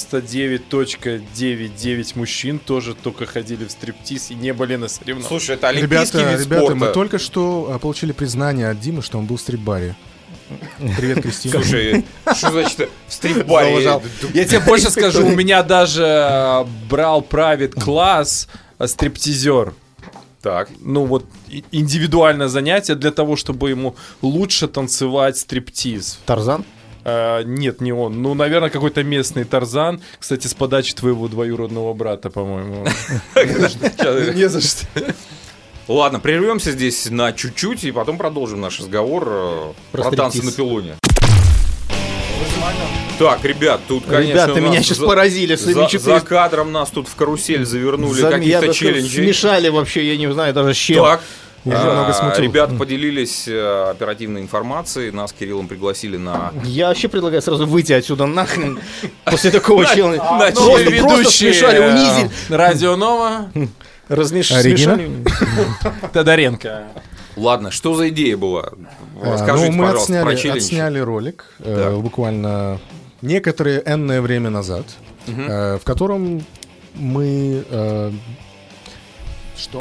99.99 мужчин тоже только ходили в стриптиз и не были на соревнованиях. Слушай, это олимпийский вид Ребята, спорта. мы только что получили признание от Димы, что он был в стрип-баре. Привет, Кристина. Слушай, что значит в стрип-баре? Заложал. Я тебе больше скажу, у меня даже брал private класс стриптизер. Так. Ну вот индивидуальное занятие для того, чтобы ему лучше танцевать стриптиз. Тарзан? Нет, не он. Ну, наверное, какой-то местный Тарзан. Кстати, с подачи твоего двоюродного брата, по-моему. Не за что. Ладно, прервемся здесь на чуть-чуть и потом продолжим наш разговор про танцы на пилоне. Так, ребят, тут, конечно, Ребята, меня сейчас поразили своими за кадром нас тут в карусель завернули каких-то челленджей. Смешали вообще, я не знаю даже с чем. Так, Немного смутил. ребята поделились оперативной информацией, нас с Кириллом пригласили на... Я вообще предлагаю сразу выйти отсюда нахрен после такого челленджа. Просто смешали, унизили. Радио Нова. Смешали. Тодоренко. Ладно, что за идея была? Расскажите, мы пожалуйста, про челлендж. отсняли ролик буквально некоторое энное время назад, в котором мы... что?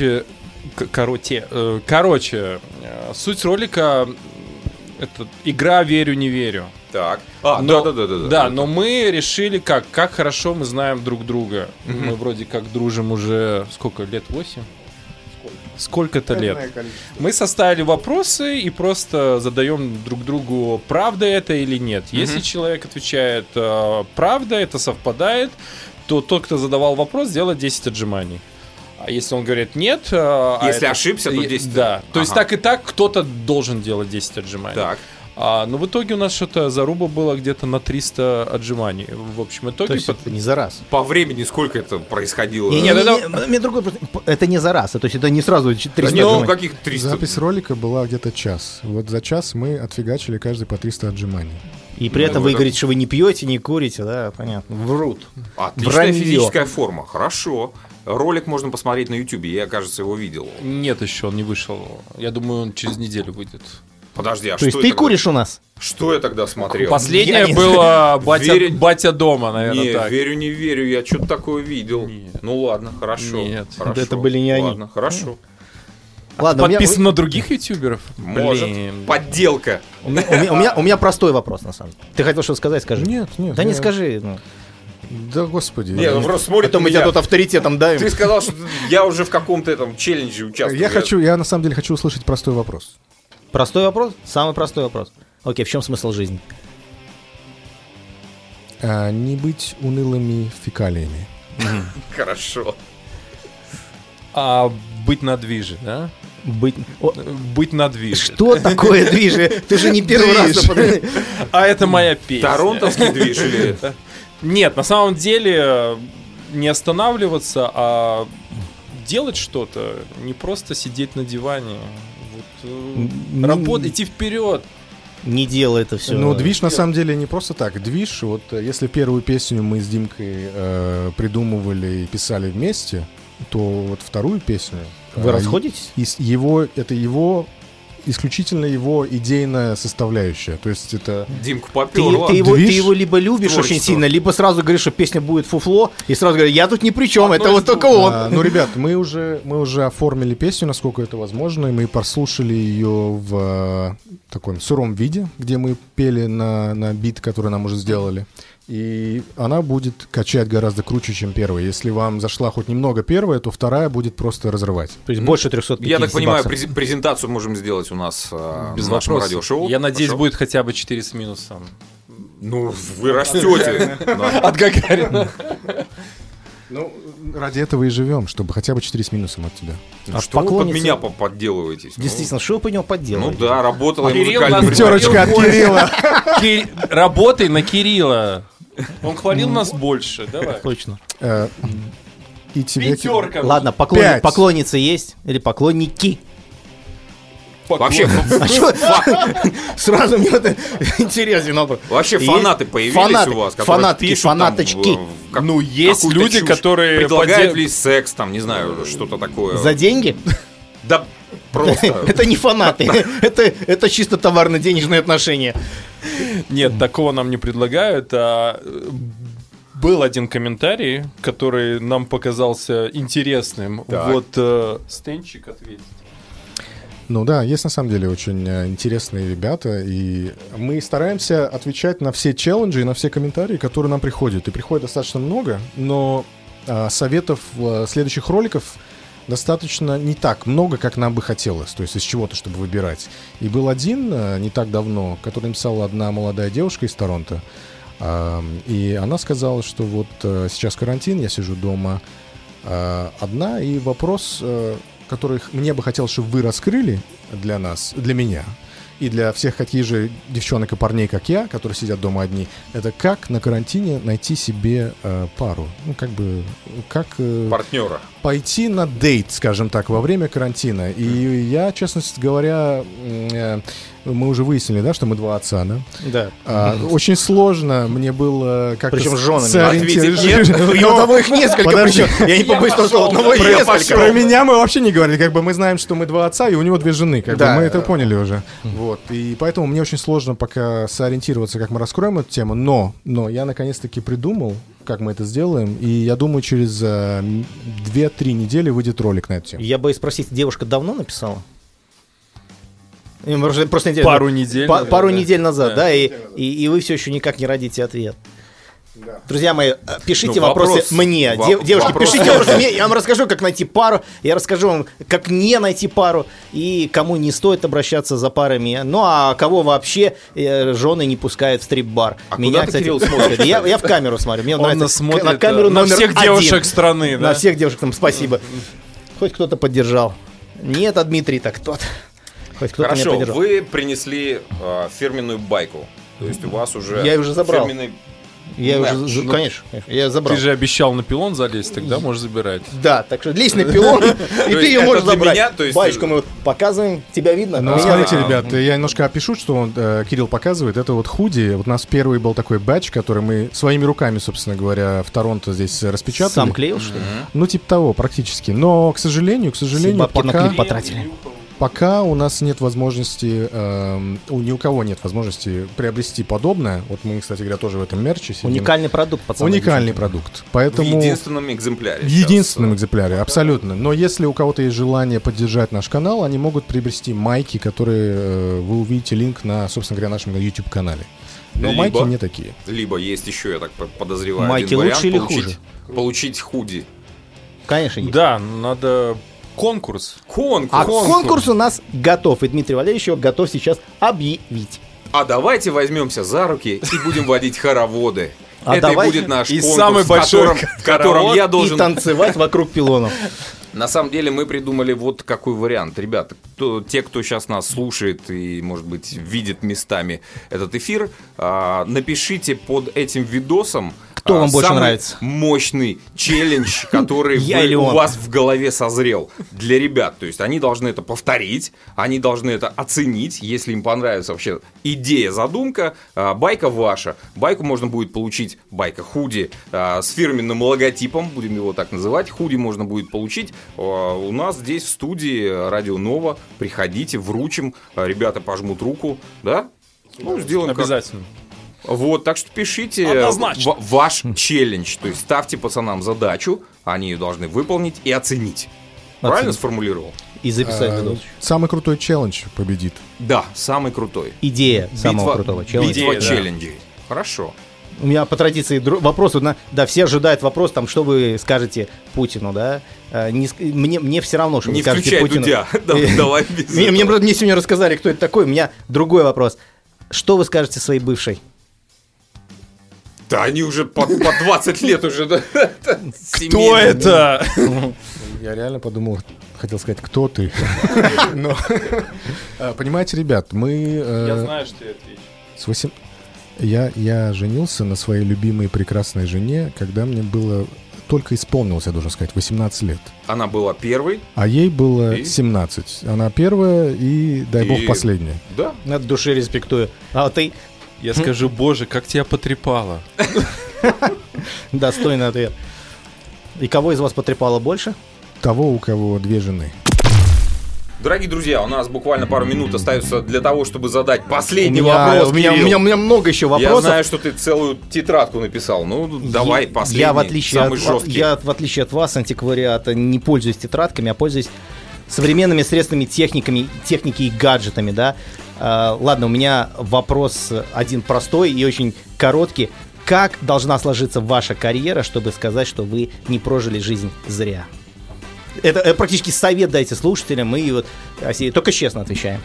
Короче, суть ролика — это игра «Верю, не верю». Так. Да, но мы решили, как хорошо мы знаем друг друга. Мы вроде как дружим уже сколько лет? 8? Сколько-то лет. Мы составили вопросы и просто задаем друг другу, правда это или нет. Если человек отвечает правда, это совпадает, то тот, кто задавал вопрос, делает 10 отжиманий. А если он говорит нет... Если ошибся, то 10. Да, то есть так и так кто-то должен делать 10 отжиманий. Так. Но в итоге у нас что-то заруба было где-то на 300 отжиманий. В общем, итоге... То есть это не за раз. По времени сколько это происходило? Мне другой вопрос. Это не за раз, то есть это не сразу 300 отжиманий. Каких 300? Запись ролика была где-то час. Вот за час мы отфигачили каждый по 300 отжиманий. И при этом вы говорите, что вы не пьете, не курите, да, понятно. Врут. Отличная Вранье. физическая форма, хорошо. Ролик можно посмотреть на Ютубе, я, кажется, его видел. Нет, еще он не вышел. Я думаю, он через неделю выйдет. Подожди, а То есть что ты я куришь у нас? Что я тогда смотрел? Последнее Я не было Верю- батя дома, наверное, Не, так. верю, не верю, я что-то такое видел. Нет. Ну ладно, хорошо. Нет. Хорошо. Это были не они. Ладно, хорошо. Ладно, Подписан на других ютуберов? Может. Блин. Подделка. у меня простой вопрос, на самом деле. Ты хотел что-то сказать, скажи. Нет. Да не скажи. Ну. Да господи. Не, ну просто смотрит Потом на мы тебя меня. тут авторитетом давим. Ты сказал, что я уже в каком-то этом челлендже участвую. Я на самом деле хочу услышать простой вопрос. Простой вопрос? Самый простой вопрос. Окей, в чем смысл жизни? Не быть унылыми фекалиями. Хорошо. Быть на движе, да? Быть на движе. Что такое движи? Ты же не первый раз нападаешь. А это моя песня. Торонтовский движ или это? Нет, на самом деле не останавливаться, а делать что-то, не просто сидеть на диване. Работать, идти вперед. Не делай это все. Ну, движ на самом деле не просто так. Движ, вот если первую песню мы с Димкой придумывали и писали вместе, то вот вторую песню... Вы расходитесь? Это его... исключительно его идейная составляющая. То есть это... Димку Ты попёрло. его либо любишь творчество. очень сильно, либо сразу говоришь, что песня будет фуфло, и сразу говоришь, я тут ни при чем, это вот только он. Ну, ребят, мы уже оформили песню, насколько это возможно, и мы прослушали ее в таком сыром виде, где мы пели на бит, который нам уже сделали. И она будет качать гораздо круче, чем первая. Если вам зашла хоть немного первая, то вторая будет просто разрывать. То есть больше 350 Я так понимаю, баксов. презентацию можем сделать у нас Без в нашем вопросов. радиошоу. Я надеюсь, Хорошо? будет хотя бы 4 с минусом. Ну, вы растете. От Гагарина. Ну, ради этого и живем, чтобы хотя бы 4 с минусом от тебя. Ну, что вы под поклонницы- меня подделываетесь? Действительно, что вы по нему Ну подделали? да, работала и Кирилл музыкальный нас предмет. Пятерочка от Кирилла. Работай на Кирилла. Он хвалил нас больше. Давай. Точно. И тебе... Пятерка. Ладно, Пять. поклонницы есть? Или поклонники? Вообще, А что? Сразу мне это интересен вопрос. вообще Есть фанаты появились фанаты, у вас, которые фанатки, пишут там фанаточки. Ну, есть какую-то люди, чушь. которые предлагают ли секс, там, не знаю, что-то такое. За деньги? Да просто. Это не фанаты. Это чисто товарно-денежные отношения. Нет, такого нам не предлагают. Был один комментарий, который нам показался интересным. Так. Вот Стенчик ответит. Ну да, есть на самом деле очень интересные ребята, и мы стараемся отвечать на все челленджи и на все комментарии, которые нам приходят. И приходит достаточно много, но советов следующих роликов достаточно не так много, как нам бы хотелось, то есть из чего-то, чтобы выбирать. И был один не так давно, который написала одна молодая девушка из Торонто, и она сказала, что вот сейчас карантин, я сижу дома одна, и вопрос, который мне бы хотелось, чтобы вы раскрыли для нас, для меня, и для всех таких же девчонок и парней, как я, которые сидят дома одни, это как на карантине найти себе пару, ну как бы, как партнера, пойти на дейт, скажем так, во время карантина. И я, честно говоря, мы уже выяснили, да, что мы два отца, да? Да. Очень сложно мне было как-то Причем с женами. сориентироваться. И у того их несколько, причем. Я не побоюсь того, что у одного их несколько. Про меня мы вообще не говорили, как бы мы знаем, что мы два отца, и у него две жены, как бы Да. мы это поняли уже. Вот. И поэтому мне очень сложно пока сориентироваться, как мы раскроем эту тему, но я наконец-таки придумал, как мы это сделаем, и я думаю, через 2-3 недели выйдет ролик на эту тему. Я боюсь спросить, девушка давно написала? Просто Пару недель назад, Пару да. недель назад, Да. да, и вы все еще никак не родите ответ. Друзья мои, пишите Ну, вопросы вопрос- мне. вопрос- Девушки, вопрос- пишите вопросы мне. Я вам расскажу, как найти пару. Я расскажу вам, как не найти пару. И кому не стоит обращаться за парами. Ну, а кого вообще жены не пускают в стрип-бар. А куда ты, Кирилл, смотришь? Я в камеру смотрю. Мне Он нравится нас смотрит на камеру на номер всех 1. девушек страны, На да? всех девушек, там, спасибо. Хоть кто-то поддержал. Нет, а Дмитрий, так кто-то. Хоть кто-то меня Хорошо, поддержал. вы принесли фирменную байку. То есть у вас уже... Я ее уже забрал. фирменный- Я Да. уже, конечно, я забрал. Ты же обещал на пилон залезть, тогда можешь забирать. Да, так что лезь на пилон, и ты есть ее это можешь для забрать. меня, то есть- Баечку мы показываем, тебя видно? Ну, Меня смотрите, видно. ребят, я немножко опишу, что Кирилл показывает. Это вот худи. Вот у нас первый был такой бэдж, который мы своими руками, собственно говоря, в Торонто здесь распечатали. Сам клеил, что ли? Ну, типа того, практически. Но, к сожалению, Все бабки на клип потратили. пока у нас нет возможности, ни у кого нет возможности приобрести подобное. Вот мы, кстати говоря, тоже в этом мерче сидим. Уникальный продукт, пацаны. Уникальный продукт. В Поэтому... единственном экземпляре. В единственном экземпляре, абсолютно. Но если у кого-то есть желание поддержать наш канал, они могут приобрести майки, которые вы увидите линк на, собственно говоря, нашем YouTube-канале. Но Либо- майки не такие. Либо есть еще, я так подозреваю, Майки один вариант лучше или получить, хуже? получить худи. Конечно, есть. Да, надо конкурс. Конкурс. А конкурс у нас готов, и Дмитрий Валерьевич его готов сейчас объявить. А давайте возьмемся за руки и будем водить хороводы. А Это давайте- и будет наш и конкурс, самый большой в котором хоровод, я И должен... танцевать вокруг пилонов. На самом деле мы придумали вот какой вариант. Ребята, те, кто сейчас нас слушает и, может быть, видит местами этот эфир, напишите под этим видосом, Кто вам больше самый нравится? мощный челлендж, который Я или у он? вас в голове созрел для ребят. То есть они должны это повторить, они должны это оценить, если им понравится вообще идея, задумка. Байка ваша. Байку можно будет получить, байка худи, с фирменным логотипом, будем его так называть. Худи можно будет получить у нас здесь в студии Радио Нова. Приходите, вручим, ребята пожмут руку, да? Ну, сделаем как- Обязательно. Вот, так что пишите Однозначно. ваш челлендж. То есть ставьте пацанам задачу, они ее должны выполнить и оценить. Правильно сформулировал? И записать видос. Самый крутой челлендж победит. Да, самый крутой. Идея самого крутого челленджа. Битва Идея, да. челленджей. Хорошо. У меня по традиции вопрос, да, все ожидают вопрос, там, что вы скажете Путину, да? Мне все равно, что Не вы скажете включай Путину. Дудя. Давай без Мне этого. сегодня рассказали, кто это такой. У меня другой вопрос. Что вы скажете своей бывшей? Да они уже по 20 лет уже. Да, Кто это? Я реально подумал, хотел сказать, кто ты. Но, понимаете, ребят, мы... Я знаю, что я отвечу. с 8... Я женился на своей любимой прекрасной жене, когда мне было... Только исполнилось, я должен сказать, 18 лет. Она была первой. А ей было И? 17. Она первая и, дай бог, И- последняя. Да. От души респектую. А вот ты Я скажу, боже, как тебя потрепало. достойный ответ. И кого из вас потрепало больше? Того, у кого две жены. Дорогие друзья, у нас буквально пару минут остается для того, чтобы задать У последний меня, вопрос. у меня Кирилл. много еще Я вопросов. знаю, что ты целую тетрадку написал. Ну, давай, последний, Я, в отличие самый от, жесткий. я, в отличие от вас, антиквариата, не пользуюсь тетрадками, а пользуюсь современными средствами техники и гаджетами, да. Ладно, у меня вопрос один простой и очень короткий. Как должна сложиться ваша карьера, чтобы сказать, что вы не прожили жизнь зря? Это практически совет дайте слушателям, мы вот только честно отвечаем.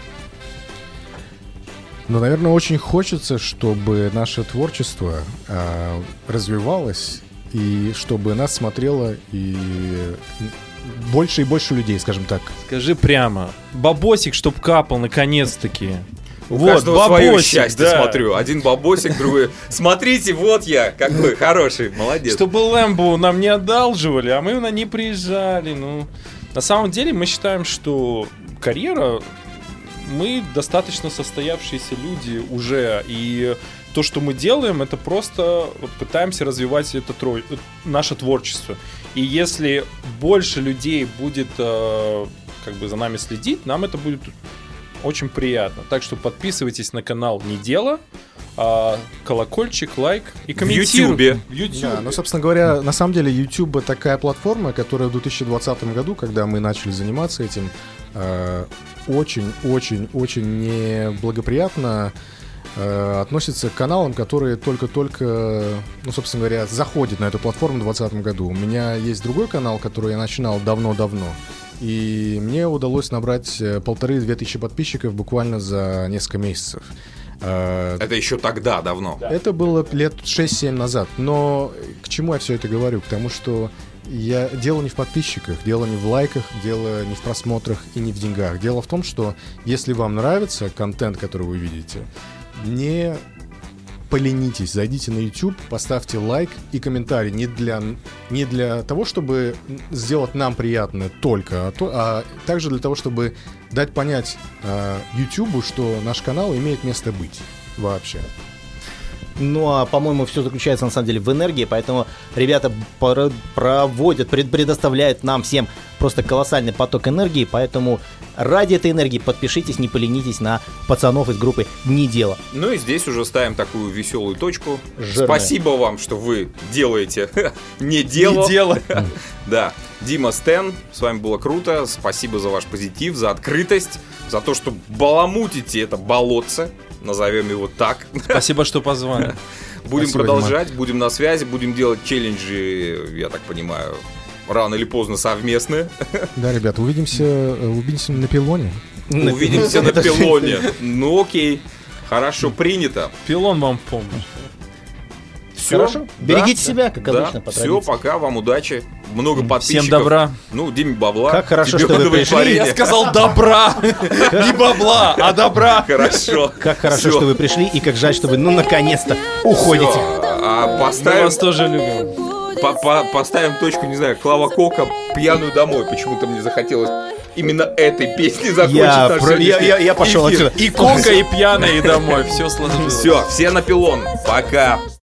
Ну, наверное, очень хочется, чтобы наше творчество развивалось, и чтобы нас смотрело и больше и больше людей, скажем так. Скажи прямо, бабосик, чтоб капал наконец-таки. У Вот, каждого свое бабосик, счастье, да. смотрю. Один бабосик, другой. Смотрите, вот я, какой хороший, молодец. Чтобы Лэмбо нам не одалживали, а мы на ней приезжали. Ну, на самом деле мы считаем, что карьера, мы достаточно состоявшиеся люди уже, и то, что мы делаем, это просто пытаемся развивать наше творчество. И если больше людей будет как бы за нами следить, нам это будет очень приятно. Так что подписывайтесь на канал «Не дело», колокольчик, лайк и комментируйте. В Ютубе. Да, ну, собственно говоря, на самом деле YouTube такая платформа, которая в 2020 году, когда мы начали заниматься этим, очень-очень-очень неблагоприятно относится к каналам, которые только-только, ну, собственно говоря, заходят на эту платформу в 2020 году. У меня есть другой канал, который я начинал давно-давно, и мне удалось набрать 1500-2000 подписчиков буквально за несколько месяцев. Это еще тогда, давно. Это было лет 6-7 назад. Но к чему я все это говорю? К тому, что дело не в подписчиках, дело не в лайках, дело не в просмотрах и не в деньгах. Дело в том, что если вам нравится контент, который вы видите, не поленитесь, зайдите на YouTube, поставьте лайк и комментарий не для того, чтобы сделать нам приятно только, а также для того, чтобы дать понять YouTube, что наш канал имеет место быть вообще. Ну, а, по-моему, все заключается, на самом деле, в энергии, поэтому ребята предоставляют нам всем просто колоссальный поток энергии, поэтому ради этой энергии подпишитесь, не поленитесь на пацанов из группы «Не дело». Ну и здесь уже ставим такую веселую точку. Жирная. Спасибо вам, что вы делаете «Не дело». Не дело. Да, Дима, Стэн, с вами было круто. Спасибо за ваш позитив, за открытость, за то, что баламутите это болотце. Назовем его так. Спасибо, что позвали. Будем Спасибо, продолжать, будем на связи, будем делать челленджи, я так понимаю, рано или поздно совместные. Да, ребята, увидимся на пилоне. Увидимся на пилоне. Ну окей, хорошо, принято. Пилон вам в помощь. Все. Хорошо. Берегите себя, как обычно, по Все, традиции. пока, вам удачи. Много подписчиков. Всем добра. Ну, Диме бабла. Как хорошо, тебе что вы удовлетворение. пришли. Я сказал добра. Не бабла, а добра. Хорошо. Как хорошо, Всё. что вы пришли, и как жаль, что вы, наконец-то уходите. А Мы поставим, вас тоже любим. поставим точку, не знаю, Клава Кока «Пьяную домой». Почему-то мне захотелось именно этой песни закончить наш сегодняшний Я пошел эфир. отсюда. И кока, и пьяная, и домой. Все сложилось. Все, все на пилон. Пока.